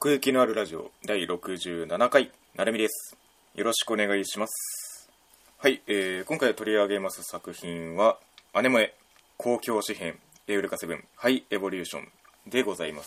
奥行きのあるラジオ第67回なるみです。よろしくお願いします。はい、今回取り上げます作品はアネモネ公共詩編エウレカセブンハイエボリューションでございます。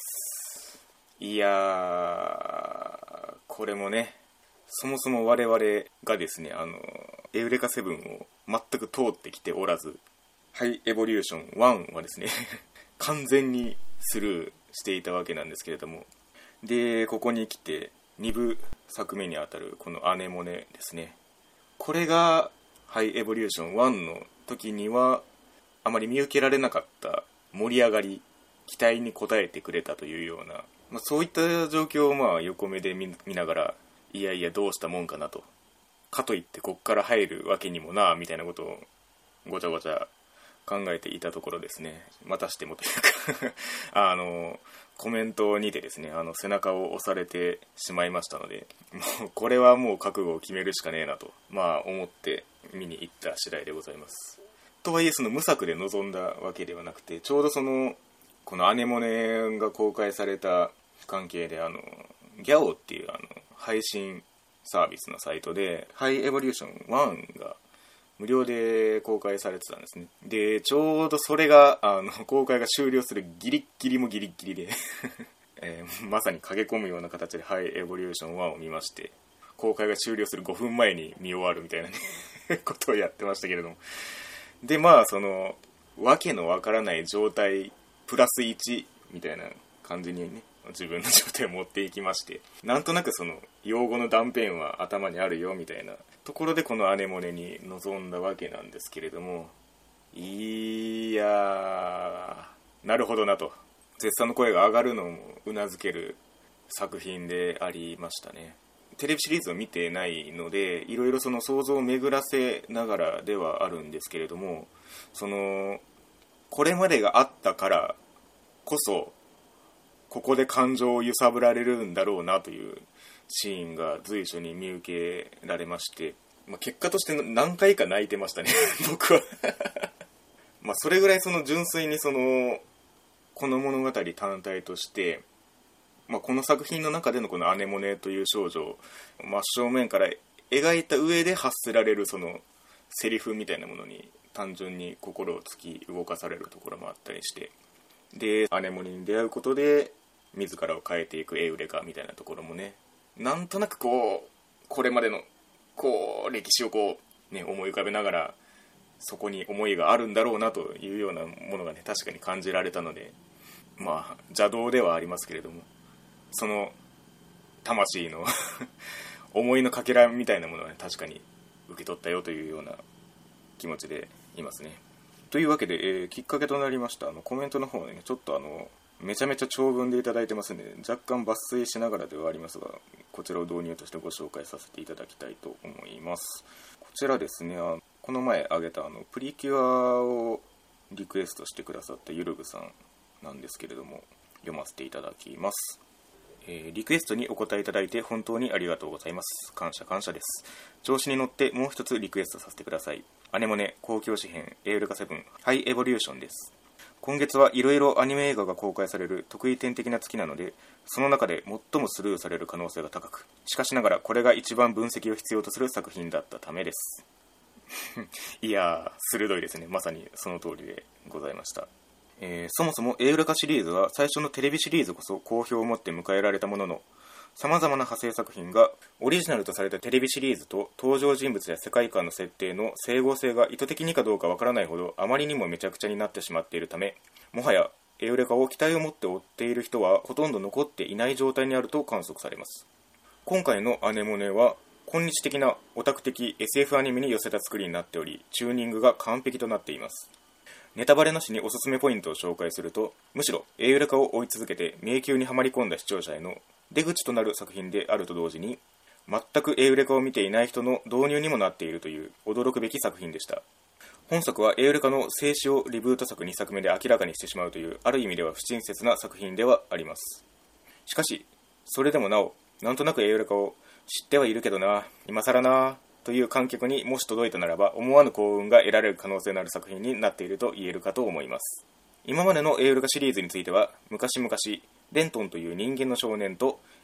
いやー、これもね、そもそも我々がですね、エウレカセブンを全く通ってきておらず、ハイエボリューション1はですね完全にスルーしていたわけなんですけれども、でここに来て2部作目にあたるこのアネモネですね。これがハイエボリューション1の時にはあまり見受けられなかった盛り上がり、期待に応えてくれたというような、そういった状況を横目で 見ながら、いやいやどうしたもんかなと、かといってこっから入るわけにもなみたいなことをごちゃごちゃ考えていたところですね、またしてもというかコメントにてですね、背中を押されてしまいましたので、もうこれはもう覚悟を決めるしかねえなと思って見に行った次第でございます。とはいえその無策で臨んだわけではなくて、ちょうどこのアネモネが公開された関係でギャオっていう配信サービスのサイトでハイエボリューション1が無料で公開されてたんですね。でちょうどそれが公開が終了するギリッギリもギリッギリで、まさに駆け込むような形でハイエボリューション1を見まして、公開が終了する5分前に見終わるみたいなねことをやってましたけれども、でそのわけのわからない状態プラス1みたいな感じにね、自分の状態を持っていきまして、なんとなくその用語の断片は頭にあるよみたいなところでこのアネモネに臨んだわけなんですけれども、いやー、なるほどなと絶賛の声が上がるのもうなずける作品でありましたね。テレビシリーズを見てないのでいろいろその想像を巡らせながらではあるんですけれども、これまでがあったからこそここで感情を揺さぶられるんだろうなというシーンが随所に見受けられまして、結果として何回か泣いてましたね僕はそれぐらい純粋にこの物語単体として、この作品の中でのこのアネモネという少女を真正面から描いた上で発せられるそのセリフみたいなものに単純に心を突き動かされるところもあったりして、でアネモネに出会うことで自らを変えていくエウレカみたいなところもね、なんとなくこれまでの歴史を思い浮かべながら、そこに思いがあるんだろうなというようなものがね確かに感じられたので、邪道ではありますけれども、その魂の思いのかけらみたいなものは、ね、確かに受け取ったよというような気持ちでいますね。というわけで、きっかけとなりましたコメントの方ね、ちょっとめちゃめちゃ長文でいただいてますので、若干抜粋しながらではありますが、こちらを導入としてご紹介させていただきたいと思います。こちらですね、この前挙げたプリキュアをリクエストしてくださったゆるぐさんなんですけれども、読ませていただきます。リクエストにお答えいただいて本当にありがとうございます。感謝感謝です。調子に乗ってもう一つリクエストさせてください。アネモネ公共詩編エウレカセブンハイエボリューションです。今月はいろいろアニメ映画が公開される特異点的な月なので、その中で最もスルーされる可能性が高く、しかしながらこれが一番分析を必要とする作品だったためですいやー、鋭いですね。まさにその通りでございました。そもそもエウレカシリーズは最初のテレビシリーズこそ好評を持って迎えられたものの、様々な派生作品がオリジナルとされたテレビシリーズと登場人物や世界観の設定の整合性が意図的にかどうかわからないほどあまりにもめちゃくちゃになってしまっているため、もはやエウレカを期待を持って追っている人はほとんど残っていない状態にあると観測されます。今回のアネモネは今日的なオタク的 SF アニメに寄せた作りになっており、チューニングが完璧となっています。ネタバレなしにおすすめポイントを紹介すると、むしろエウレカを追い続けて迷宮にはまり込んだ視聴者への出口となる作品であると同時に、全くエウレカを見ていない人の導入にもなっているという驚くべき作品でした。本作はエウレカの静止をリブート作2作目で明らかにしてしまうという、ある意味では不親切な作品ではあります。しかしそれでもなお、なんとなくエウレカを知ってはいるけどな、今更なという観客にもし届いたならば、思わぬ幸運が得られる可能性のある作品になっていると言えるかと思います。今までのエウレカシリーズについては、昔々レントンという人間の少年と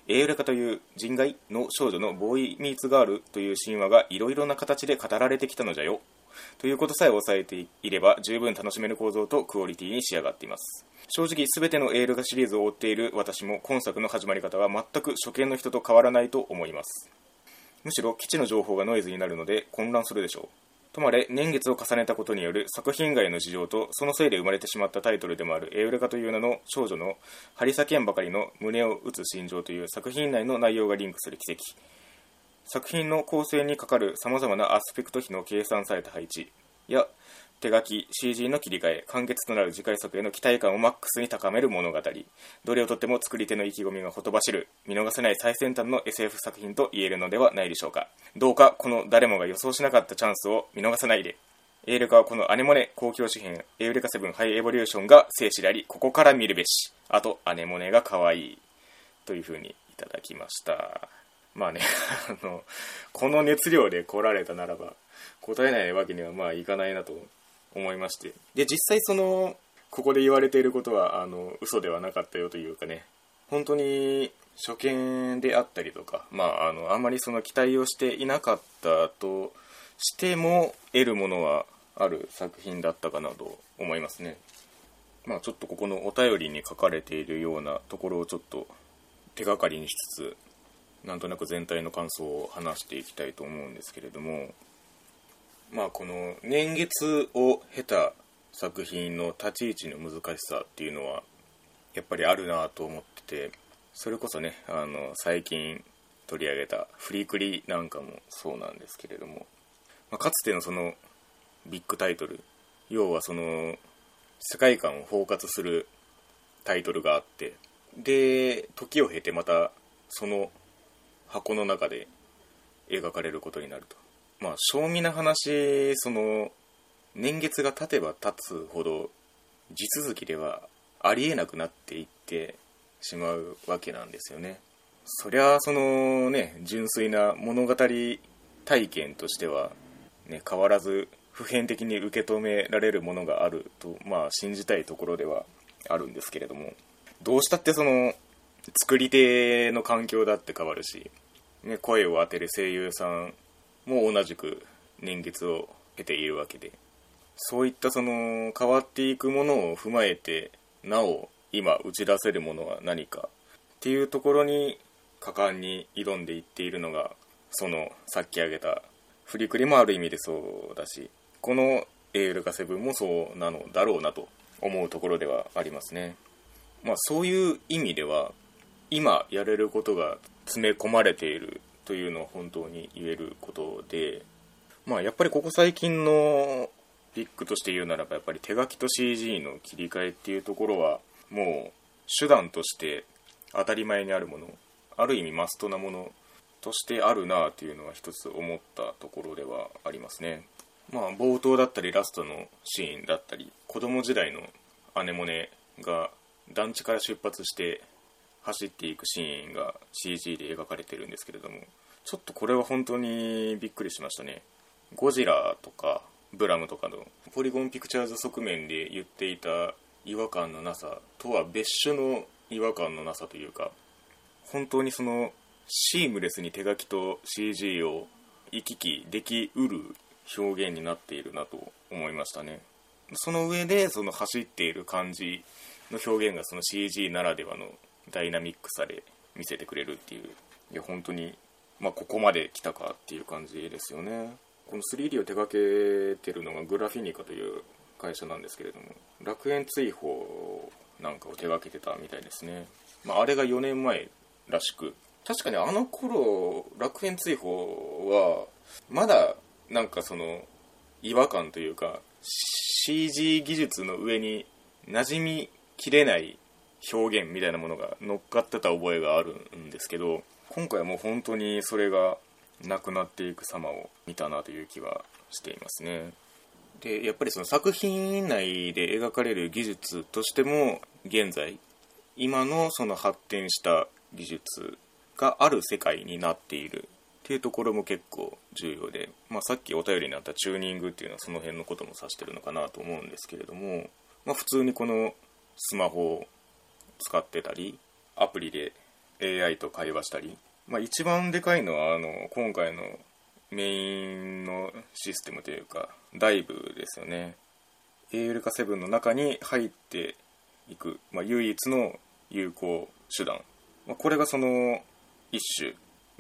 エウレカという人外の少女のボーイミーツガールという神話がいろいろな形で語られてきたのじゃよということさえ押さえていれば十分楽しめる構造とクオリティに仕上がっています。正直全てのエウレカシリーズを追っている私も今作の始まり方は全く初見の人と変わらないと思います。むしろ基地の情報がノイズになるので混乱するでしょう。ともあれ年月を重ねたことによる作品外の事情とそのせいで生まれてしまったタイトルでもあるエウレカという名の少女の張り裂けんばかりの胸を打つ心情という作品内の内容がリンクする奇跡、作品の構成にかかる様々なアスペクト比の計算された配置や手書き CG の切り替え、完結となる次回作への期待感をマックスに高める物語、どれをとっても作り手の意気込みがほとばしる見逃せない最先端の SF 作品と言えるのではないでしょうか。どうかこの誰もが予想しなかったチャンスを見逃さないで。エウレカはこのアネモネ公共紙幣エウレカ7ハイエボリューションが生死であり、ここから見るべし。あとアネモネが可愛いという風にいただきました。まあねこの熱量で来られたならば答えないわけにはまあいかないなと思いまして、で実際ここで言われていることは嘘ではなかったよというかね、本当に初見であったりとか、あんまりその期待をしていなかったとしても得るものはある作品だったかなと思いますね。ちょっとここのお便りに書かれているようなところをちょっと手がかりにしつつ、なんとなく全体の感想を話していきたいと思うんですけれども、この年月を経た作品の立ち位置の難しさっていうのはやっぱりあるなと思ってて、それこそね最近取り上げたフリクリなんかもそうなんですけれども、かつてのそのビッグタイトル、要はその世界観を包括するタイトルがあって、で時を経てまたその箱の中で描かれることになると。正味な話、その年月が経てば経つほど地続きではありえなくなっていってしまうわけなんですよね。そりゃそのね、純粋な物語体験としては、ね、変わらず普遍的に受け止められるものがあると信じたいところではあるんですけれども、どうしたってその作り手の環境だって変わるし、ね、声を当てる声優さんも同じく年月を経ているわけで、そういったその変わっていくものを踏まえてなお今打ち出せるものは何かっていうところに果敢に挑んでいっているのが、そのさっき挙げたフリクリもある意味でそうだし、このエウレカ7もそうなのだろうなと思うところではありますね。そういう意味では今やれることが詰め込まれているというのは本当に言えることで、やっぱりここ最近のピックとして言うならば、やっぱり手書きと CG の切り替えっていうところはもう手段として当たり前にあるもの、ある意味マストなものとしてあるなというのは一つ思ったところではありますね。冒頭だったりラストのシーンだったり、子供時代のアネモネが団地から出発して走っていくシーンが CG で描かれてるんですけれども、ちょっとこれは本当にびっくりしましたね。ゴジラとかブラムとかのポリゴンピクチャーズ側面で言っていた違和感のなさとは別種の違和感のなさというか、本当にそのシームレスに手書きと CG を行き来できうる表現になっているなと思いましたね。その上でその走っている感じの表現がその CG ならではのダイナミックさで見せてくれるっていう、いや本当にここまで来たかっていう感じですよね。この 3D を手掛けてるのがグラフィニカという会社なんですけれども、楽園追放なんかを手掛けてたみたいですね。あれが4年前らしく、確かにあの頃楽園追放はまだなんかその違和感というか CG 技術の上に馴染みきれない表現みたいなものが乗っかってた覚えがあるんですけど、今回はもう本当にそれがなくなっていく様を見たなという気はしていますね。でやっぱりその作品内で描かれる技術としても現在今のその発展した技術がある世界になっているっていうところも結構重要で、さっきお便りにあったチューニングっていうのはその辺のことも指してるのかなと思うんですけれども、普通にこのスマホを使ってたりアプリで AI と会話したり、一番でかいのは今回のメインのシステムというかダイブですよね。エウレカ7の中に入っていく、唯一の有効手段、これがその一種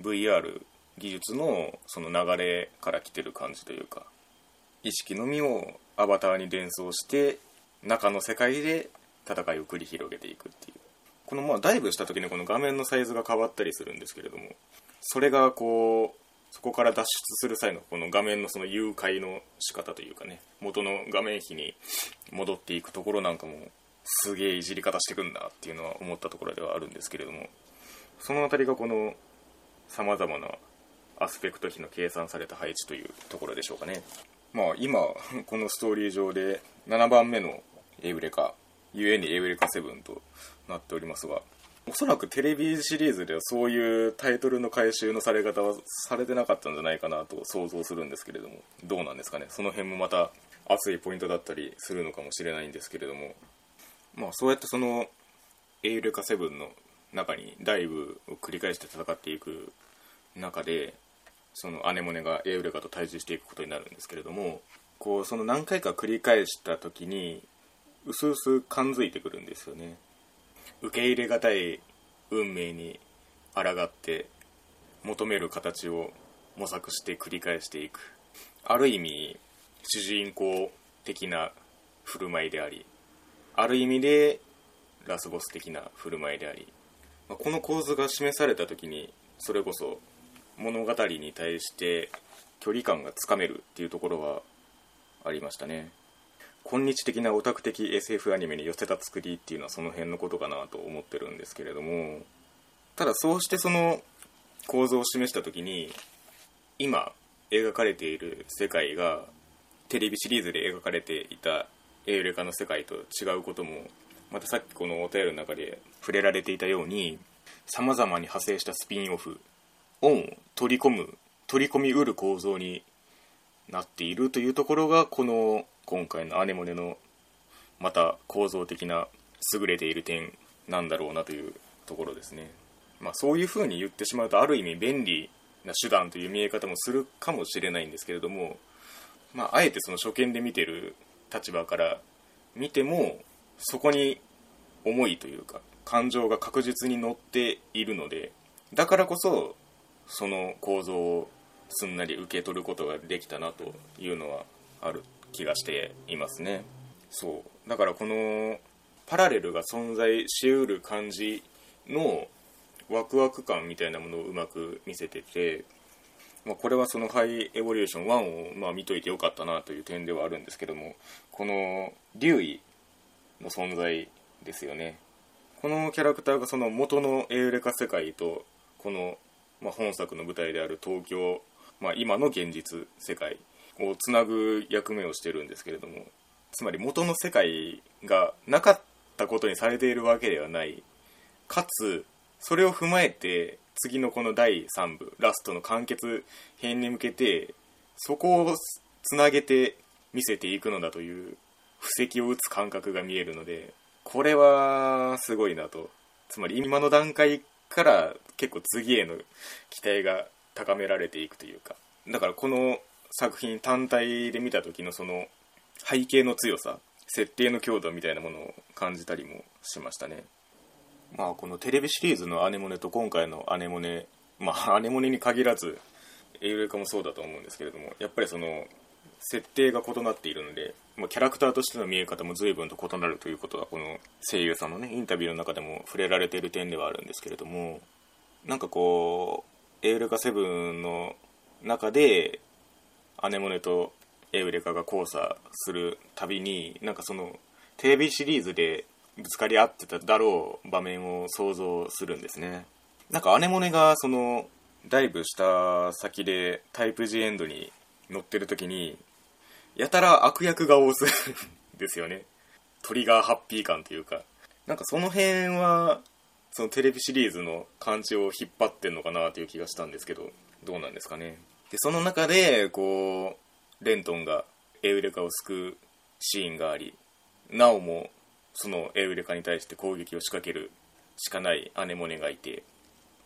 VR 技術のその流れから来てる感じというか、意識のみをアバターに伝送して中の世界で戦いを繰り広げていくっていう、このダイブした時にこの画面のサイズが変わったりするんですけれども、それがそこから脱出する際のこの画面のその誘拐の仕方というかね、元の画面比に戻っていくところなんかもすげえいじり方してくんだっていうのは思ったところではあるんですけれども、そのあたりがこの様々なアスペクト比の計算された配置というところでしょうかね。今このストーリー上で7番目のエウレカゆえにエウレカ7となっておりますが、おそらくテレビシリーズではそういうタイトルの回収のされ方はされてなかったんじゃないかなと想像するんですけれども、どうなんですかね。その辺もまた熱いポイントだったりするのかもしれないんですけれども、そうやってそのエウレカ7の中にダイブを繰り返して戦っていく中で、そのアネモネがエウレカと対峙していくことになるんですけれども、その何回か繰り返した時にうすうす感づいてくるんですよね。受け入れがたい運命に抗って求める形を模索して繰り返していく、ある意味主人公的な振る舞いであり、ある意味でラスボス的な振る舞いであり、この構図が示された時にそれこそ物語に対して距離感がつかめるっていうところはありましたね。今日的なオタク的 SF アニメに寄せた作りっていうのはその辺のことかなと思ってるんですけれども、ただそうしてその構造を示した時に今描かれている世界がテレビシリーズで描かれていたエウレカの世界と違うことも、またさっきこのお便りの中で触れられていたように、様々に派生したスピンオフを取り込みうる構造になっているというところが、この今回のアネモネのまた構造的な優れている点なんだろうなというところですね。そういう風に言ってしまうとある意味便利な手段という見え方もするかもしれないんですけれども、あえてその初見で見てる立場から見てもそこに思いというか感情が確実に乗っているので、だからこそその構造をすんなり受け取ることができたなというのはある気がしていますね。そうだからこのパラレルが存在しうる感じのワクワク感みたいなものをうまく見せてて、これはそのハイエボリューション1を見といてよかったなという点ではあるんですけども、この竜医の存在ですよね。このキャラクターがその元のエウレカ世界とこの、本作の舞台である東京、今の現実世界をつなぐ役目をしてるんですけれども、つまり元の世界がなかったことにされているわけではない、かつそれを踏まえて次のこの第3部ラストの完結編に向けてそこをつなげて見せていくのだという布石を打つ感覚が見えるので、これはすごいなと。つまり今の段階から結構次への期待が高められていくというか、だからこの作品単体で見た時のその背景の強さ、設定の強度みたいなものを感じたりもしましたね。このテレビシリーズのアネモネと今回のアネモネ、アネモネに限らずエウレカもそうだと思うんですけれども、やっぱりその設定が異なっているので、キャラクターとしての見え方も随分と異なるということはこの声優さんのねインタビューの中でも触れられている点ではあるんですけれども、なんかエウレカ7の中でアネモネとエウレカが交差するたびに、なんかそのテレビシリーズでぶつかり合ってただろう場面を想像するんですね。なんかアネモネがそのダイブした先でタイプ G エンドに乗ってる時にやたら悪役が多するんですよね。トリガーハッピー感というか、なんかその辺はそのテレビシリーズの感じを引っ張ってんのかなという気がしたんですけど、どうなんですかね。でその中でレントンがエウレカを救うシーンがあり、なおもそのエウレカに対して攻撃を仕掛けるしかないアネモネがいて、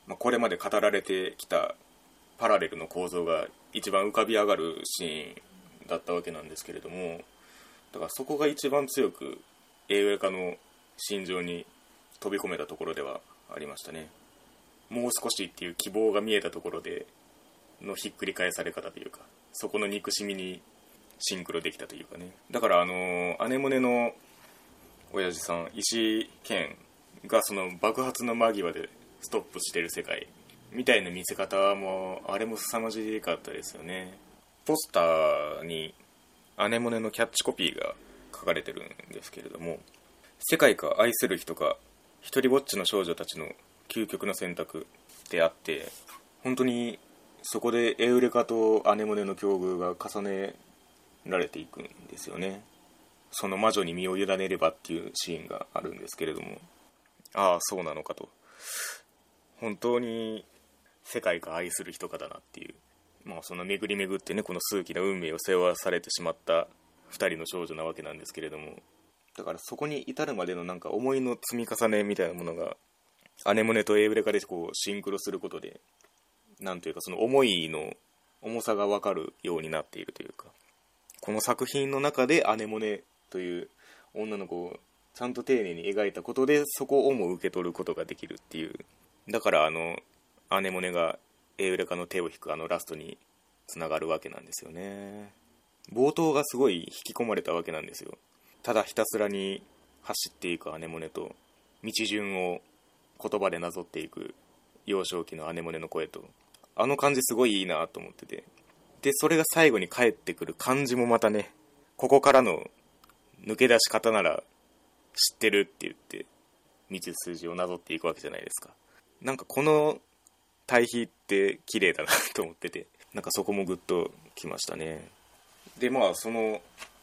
これまで語られてきたパラレルの構造が一番浮かび上がるシーンだったわけなんですけれども、だからそこが一番強く映画化の心情に飛び込めたところではありましたね。もう少しっていう希望が見えたところでのひっくり返され方というか、そこの憎しみにシンクロできたというかね。だからアネモネの親父さん石井健がその爆発の間際でストップしてる世界みたいな見せ方もあれも凄まじかったですよね。ポスターにアネモネのキャッチコピーが書かれてるんですけれども、世界か愛する人か一人ぼっちの少女たちの究極の選択であって、本当にそこでエウレカとアネモネの境遇が重ねられていくんですよね。その魔女に身を委ねればっていうシーンがあるんですけれども、ああそうなのかと、本当に世界か愛する人かだなっていう、その巡り巡ってね、この数奇な運命を背負わされてしまった2人の少女なわけなんですけれども、だからそこに至るまでのなんか思いの積み重ねみたいなものがアネモネとエウレカでこうシンクロすることで、なんというかその思いの重さが分かるようになっているというか、この作品の中でアネモネという女の子をちゃんと丁寧に描いたことで、そこをも受け取ることができるっていう。だからアネモネがエウレカの手を引くラストにつながるわけなんですよね。冒頭がすごい引き込まれたわけなんですよ。ただひたすらに走っていくアネモネと、道順を言葉でなぞっていく幼少期のアネモネの声と、あの感じすごいいいなと思ってて、でそれが最後に帰ってくる感じもまたね、ここからの抜け出し方なら知ってるって言って道筋をなぞっていくわけじゃないですか。なんかこの対比って綺麗だなと思ってて、なんかそこもグッときましたね。でその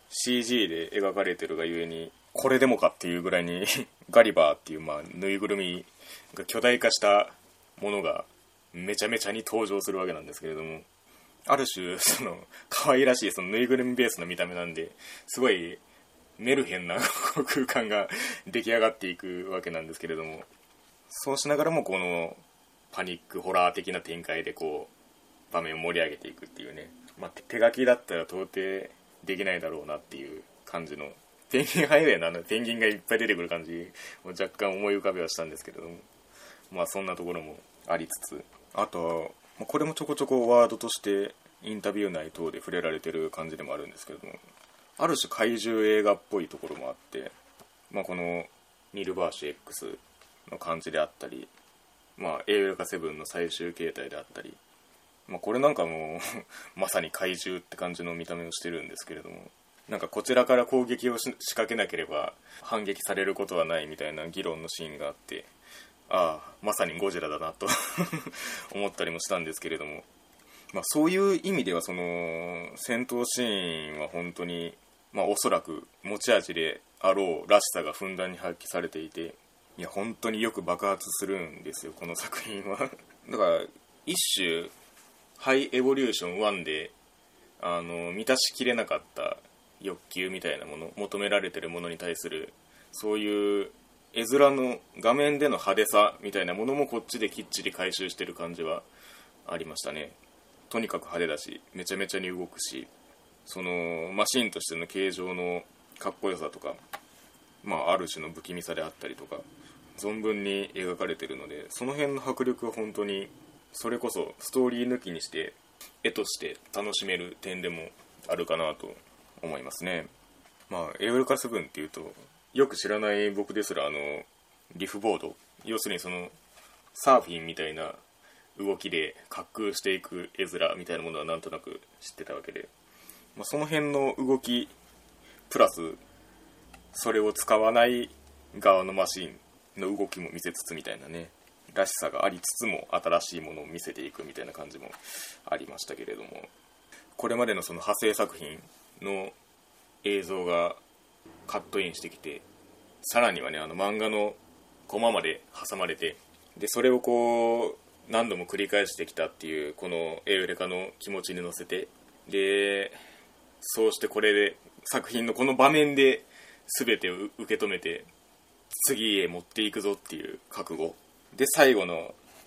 CG で描かれてるがゆえに、これでもかっていうぐらいにガリバーっていうぬいぐるみが巨大化したものがめちゃめちゃに登場するわけなんですけれども、ある種その可愛らしいそのぬいぐるみベースの見た目なんで、すごいメルヘンな空間が出来上がっていくわけなんですけれども、そうしながらもこのパニックホラー的な展開でこう場面を盛り上げていくっていうね、手書きだったら到底できないだろうなっていう感じの、ペンギンハイウェイのペンギンがいっぱい出てくる感じを若干思い浮かべはしたんですけれども、そんなところもありつつ、あとはこれもちょこちょこワードとしてインタビュー内等で触れられてる感じでもあるんですけれども、ある種怪獣映画っぽいところもあって、このニルバーシュ X の感じであったり、エウレカ7の最終形態であったり、これなんかもうまさに怪獣って感じの見た目をしてるんですけれども、なんかこちらから攻撃を仕掛けなければ反撃されることはないみたいな議論のシーンがあって、ああまさにゴジラだなと思ったりもしたんですけれども、そういう意味ではその戦闘シーンは本当におそらく持ち味であろうらしさがふんだんに発揮されていて、いや本当によく爆発するんですよこの作品はだから一種ハイエボリューション1で満たしきれなかった欲求みたいなもの、求められてるものに対するそういう絵面の画面での派手さみたいなものもこっちできっちり回収してる感じはありましたね。とにかく派手だしめちゃめちゃに動くし、そのマシンとしての形状のかっこよさとか、ある種の不気味さであったりとか存分に描かれてるので、その辺の迫力は本当にそれこそストーリー抜きにして絵として楽しめる点でもあるかなと思いますね。エウレカ7っていうとよく知らない僕ですらリフボード、要するにそのサーフィンみたいな動きで滑空していく絵面みたいなものはなんとなく知ってたわけで、その辺の動きプラスそれを使わない側のマシンの動きも見せつつみたいなね、らしさがありつつも新しいものを見せていくみたいな感じもありましたけれども、これまでのその派生作品の映像がカットインしてきて、さらにはね漫画のコマまで挟まれて、でそれをこう何度も繰り返してきたっていうこのエウレカの気持ちに乗せて、でそうしてこれで作品のこの場面で全てを受け止めて次へ持っていくぞっていう覚悟で、最後の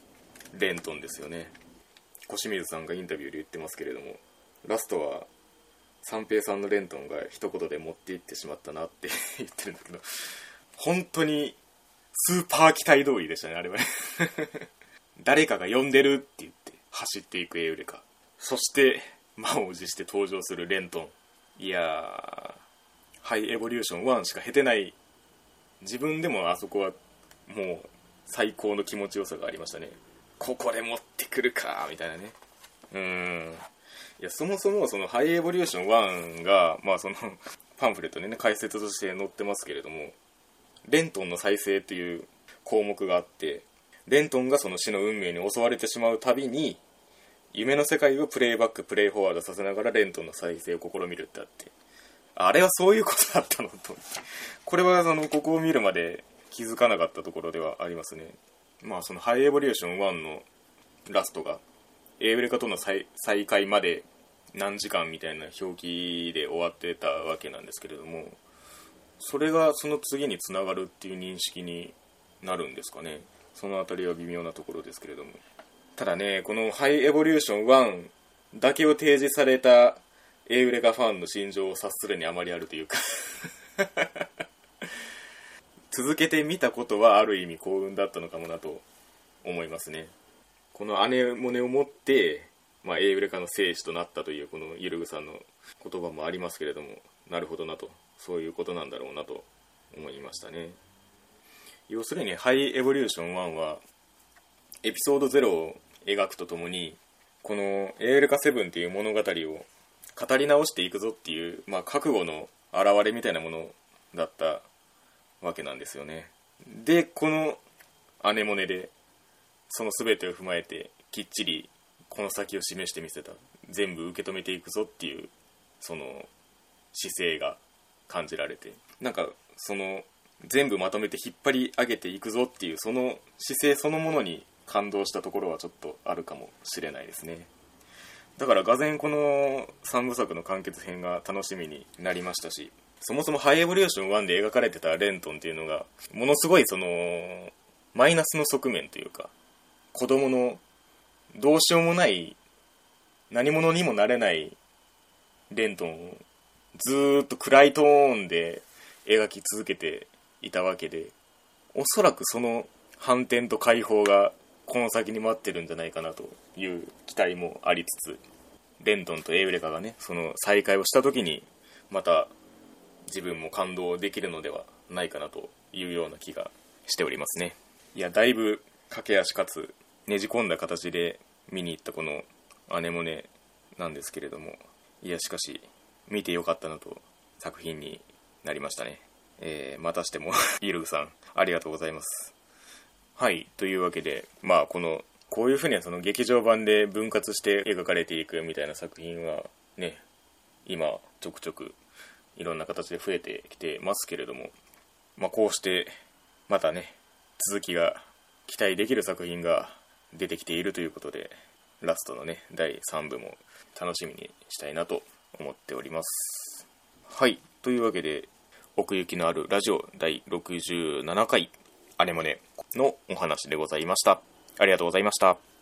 レントンですよね。小清水さんがインタビューで言ってますけれども、ラストは三平さんのレントンが一言で持っていってしまったなって言ってるんだけど、本当にスーパー期待通りでしたね、あれはね。誰かが呼んでるって言って走っていくエウレカ、そして満を持して登場するレントン。いやー、ハイエボリューション1しか経てない。自分でもあそこはもう最高の気持ちよさがありましたね。ここで持ってくるかみたいなね。いや、そもそもそのハイエボリューション1が、まあそのパンフレットにね解説として載ってますけれども、レントンの再生という項目があって、レントンがその死の運命に襲われてしまうたびに夢の世界をプレイバックプレイフォワードさせながらレントンの再生を試みるってあって、あれはそういうことだったのと、これはここを見るまで気づかなかったところではありますね。まあそのハイエボリューション1のラストがエウレカとの再会まで何時間みたいな表記で終わってたわけなんですけれども、それがその次につながるっていう認識になるんですかね。そのあたりは微妙なところですけれども、ただね、このハイエボリューション1だけを提示されたエウレカファンの心情を察するにあまりあるというか続けてみたことはある意味幸運だったのかもなと思いますね。このアネモネをもって、エウレカの生死となったというこのゆるぐさんの言葉もありますけれども、なるほどなと、そういうことなんだろうなと思いましたね。要するにハイエボリューション1はエピソード0を描くとともに、このエウレカ7っていう物語を語り直していくぞっていう、覚悟の表れみたいなものだったわけなんですよね。で、このアネモネでその全てを踏まえてきっちりこの先を示してみせた、全部受け止めていくぞっていうその姿勢が感じられて、なんかその全部まとめて引っ張り上げていくぞっていうその姿勢そのものに感動したところはちょっとあるかもしれないですね。だからがぜんこの3部作の完結編が楽しみになりましたし、そもそもハイエボリューション1で描かれてたレントンっていうのがものすごいそのマイナスの側面というか、子供のどうしようもない何者にもなれないレントンをずーっと暗いトーンで描き続けていたわけで、おそらくその反転と解放がこの先に待ってるんじゃないかなという期待もありつつ、レントンとエウレカがねその再会をした時にまた自分も感動できるのではないかなというような気がしておりますね。いや、だいぶ駆け足かつねじ込んだ形で見に行ったこのアネモネなんですけれども、いやしかし見てよかったなと作品になりましたね。またしてもゆるぐさんありがとうございます。はい、というわけでこういう風にその劇場版で分割して描かれていくみたいな作品はね、今ちょくちょくいろんな形で増えてきてますけれども、こうしてまたね続きが期待できる作品が出てきているということで、ラストのね第3部も楽しみにしたいなと思っております。はい、というわけで奥行きのあるラジオ第67回アネモネのお話でございました。ありがとうございました。